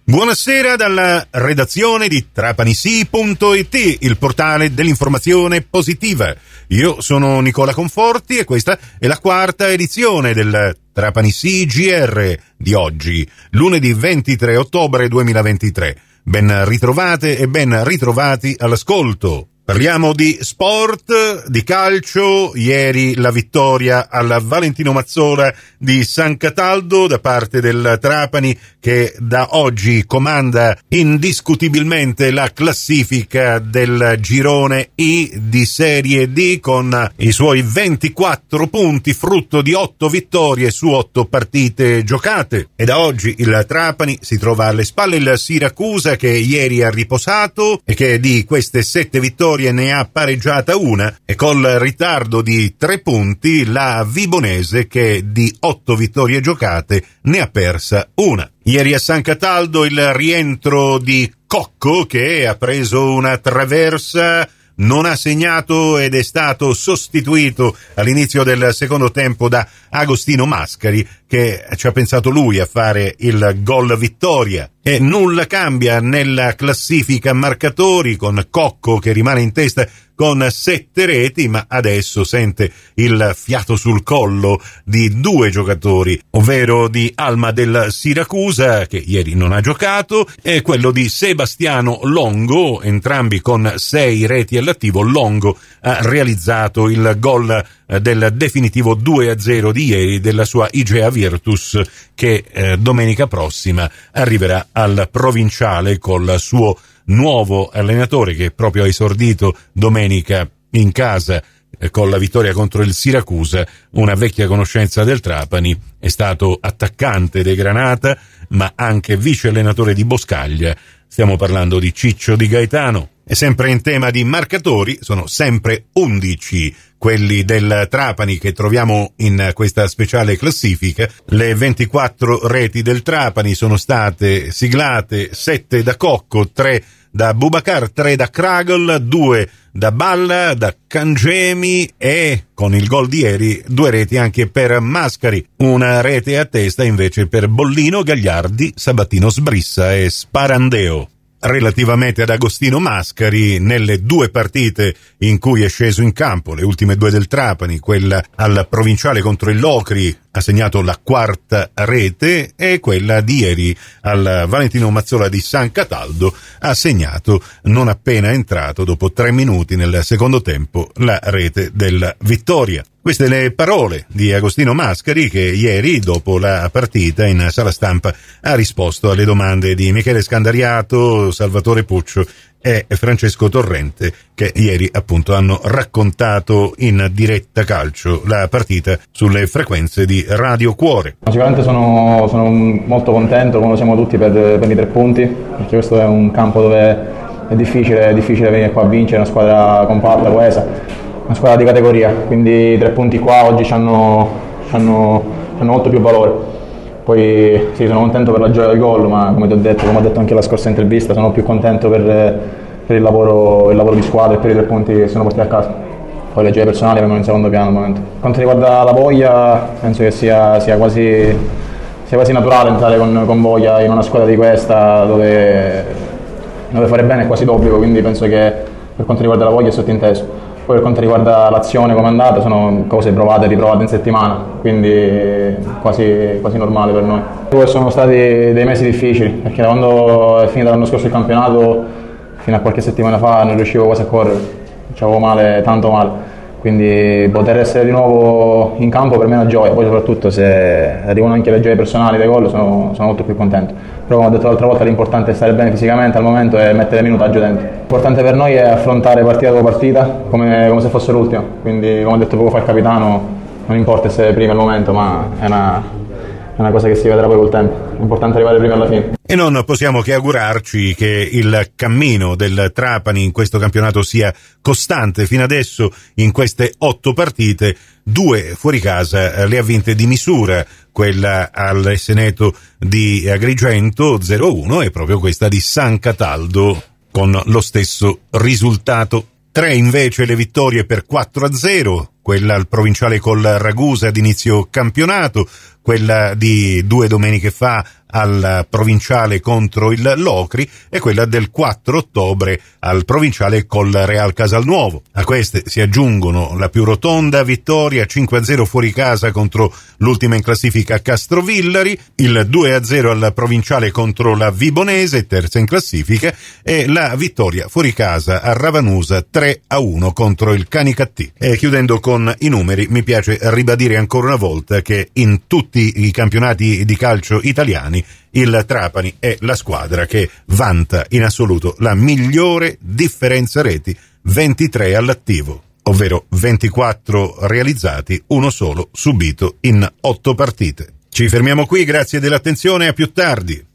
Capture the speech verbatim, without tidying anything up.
Buonasera dalla redazione di Trapanisi punto it, il portale dell'informazione positiva. Io sono Nicola Conforti e questa è la quarta edizione del Trapanisi G R di oggi, lunedì ventitré ottobre duemilaventitré. Ben ritrovate e ben ritrovati all'ascolto. Parliamo di sport, di calcio. Ieri la vittoria alla Valentino Mazzola di San Cataldo da parte del Trapani, che da oggi comanda indiscutibilmente la classifica del girone I di Serie D con i suoi ventiquattro punti, frutto di otto vittorie su otto partite giocate. E da oggi il Trapani si trova alle spalle il Siracusa, che ieri ha riposato e che di queste sette vittorie ne ha pareggiata una, e col ritardo di tre punti la Vibonese, che di otto vittorie giocate ne ha persa una. Ieri a San Cataldo il rientro di Cocco, che ha preso una traversa, non ha segnato ed è stato sostituito all'inizio del secondo tempo da Agostino Mascari, che ci ha pensato lui a fare il gol vittoria. E nulla cambia nella classifica marcatori, con Cocco che rimane in testa con sette reti, ma adesso sente il fiato sul collo di due giocatori, ovvero di Alma del Siracusa, che ieri non ha giocato, e quello di Sebastiano Longo, entrambi con sei reti all'attivo. Longo ha realizzato il gol del definitivo due a zero di ieri della sua I G A Virtus, che eh, domenica prossima arriverà al provinciale col suo nuovo allenatore, che proprio ha esordito domenica in casa eh, con la vittoria contro il Siracusa, una vecchia conoscenza del Trapani. È stato attaccante dei Granata, ma anche vice allenatore di Boscaglia. Stiamo parlando di Ciccio Di Gaetano. E sempre in tema di marcatori, sono sempre undici quelli del Trapani che troviamo in questa speciale classifica. Le ventiquattro reti del Trapani sono state siglate: sette da Cocco, tre da Boubacar, tre da Kragel, due da Balla, da Cangemi, e con il gol di ieri due reti anche per Mascari. Una rete a testa invece per Bollino, Gagliardi, Sabatino Sbrissa e Sparandeo. Relativamente ad Agostino Mascari, nelle due partite in cui è sceso in campo, le ultime due del Trapani, quella al provinciale contro il Locri, ha segnato la quarta rete, e quella di ieri al Valentino Mazzola di San Cataldo ha segnato, non appena entrato, dopo tre minuti nel secondo tempo, la rete della vittoria. Queste le parole di Agostino Mascari, che ieri, dopo la partita in sala stampa, ha risposto alle domande di Michele Scandariato, Salvatore Puccio e Francesco Torrente, che ieri appunto hanno raccontato in diretta calcio la partita sulle frequenze di Radio Cuore. Sicuramente sono, sono molto contento, come siamo tutti, per, per i tre punti, perché questo è un campo dove è difficile, è difficile venire qua a vincere, una squadra compatta, coesa, una squadra di categoria, quindi i tre punti qua oggi ci hanno, ci hanno, ci hanno molto più valore. Poi sì, sono contento per la gioia del gol, ma come ti ho detto, come ho detto anche la scorsa intervista, sono più contento per, per il, lavoro, il lavoro di squadra e per i tre punti che sono portati a casa. Poi le gioie personali vengono in secondo piano al momento. Per quanto riguarda la voglia, penso che sia, sia, quasi, sia quasi naturale entrare con, con voglia in una squadra di questa, dove, dove fare bene è quasi d'obbligo, quindi penso che per quanto riguarda la voglia è sottinteso. Poi per quanto riguarda l'azione, come è andata, sono cose provate e riprovate in settimana, quindi quasi, quasi normale per noi. Poi sono stati dei mesi difficili, perché da quando è finito l'anno scorso il campionato, fino a qualche settimana fa non riuscivo quasi a correre, c'avevo male, tanto male. Quindi poter essere di nuovo in campo per me è una gioia, poi soprattutto se arrivano anche le gioie personali dei gol sono, sono molto più contento. Però come ho detto l'altra volta, l'importante è stare bene fisicamente al momento e mettere minutaggio dentro. L'importante per noi è affrontare partita dopo partita come, come se fosse l'ultima, quindi come ho detto poco fa il capitano, non importa essere primi al momento, ma è una, è una cosa che si vedrà poi col tempo. L'importante è arrivare prima alla fine. E non possiamo che augurarci che il cammino del Trapani in questo campionato sia costante. Fino adesso, in queste otto partite, due fuori casa le ha vinte di misura, quella all'Esseneto di Agrigento zero a uno e proprio questa di San Cataldo con lo stesso risultato. Tre invece le vittorie per quattro a zero, quella al provinciale col Ragusa ad inizio campionato, quella di due domeniche fa al provinciale contro il Locri e quella del quattro ottobre al provinciale col Real Casalnuovo. A queste si aggiungono la più rotonda vittoria cinque a zero fuori casa contro l'ultima in classifica Castrovillari, il due a zero al provinciale contro la Vibonese, terza in classifica, e la vittoria fuori casa a Ravanusa tre a uno contro il Canicattì. E chiudendo con i numeri, mi piace ribadire ancora una volta che in tutti i campionati di calcio italiani il Trapani è la squadra che vanta in assoluto la migliore differenza reti, ventitré all'attivo, ovvero ventiquattro realizzati, uno solo subito in otto partite. Ci fermiamo qui, grazie dell'attenzione, a più tardi.